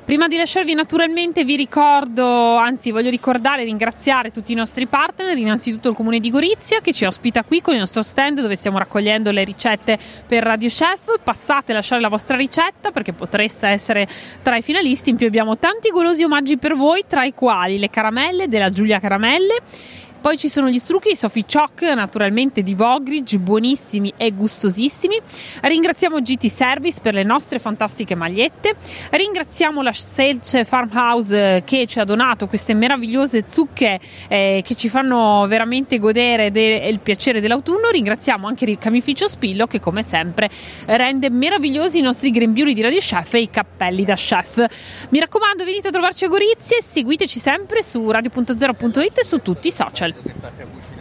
Prima di lasciarvi naturalmente vi ricordo, anzi voglio ricordare e ringraziare tutti i nostri partner, innanzitutto il Comune di Gorizia che ci ospita qui con il nostro stand dove stiamo raccogliendo le ricette per Radio Chef. Passate a lasciare la vostra ricetta perché potreste essere tra i finalisti, in più abbiamo tanti golosi omaggi per voi, tra i quali le caramelle della Giulia Caramelle. Poi ci sono gli strucchi di Sophie Choc, naturalmente di Vogridge, buonissimi e gustosissimi. Ringraziamo GT Service per le nostre fantastiche magliette. Ringraziamo la Selce Farmhouse che ci ha donato queste meravigliose zucche che ci fanno veramente godere il piacere dell'autunno. Ringraziamo anche il Camificio Spillo che come sempre rende meravigliosi i nostri grembiuli di Radio Chef e i cappelli da chef. Mi raccomando, venite a trovarci a Gorizia e seguiteci sempre su radio.0.it e su tutti i social.